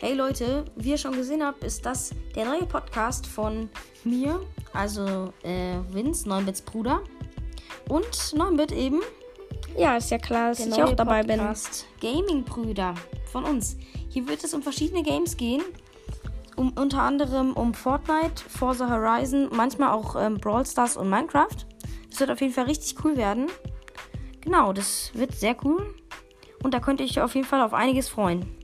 Hey Leute, wie ihr schon gesehen habt, ist das der neue Podcast von mir, also Vince, 9bits Bruder und 9bit eben. Ja, ist ja klar, dass ich auch dabei Podcast Gaming Brüder von uns. Hier wird es um verschiedene Games gehen, unter anderem um Fortnite, Forza Horizon, manchmal auch Brawl Stars und Minecraft. Das wird auf jeden Fall richtig cool werden. Genau, das wird sehr cool und da könnt ihr euch auf jeden Fall auf einiges freuen.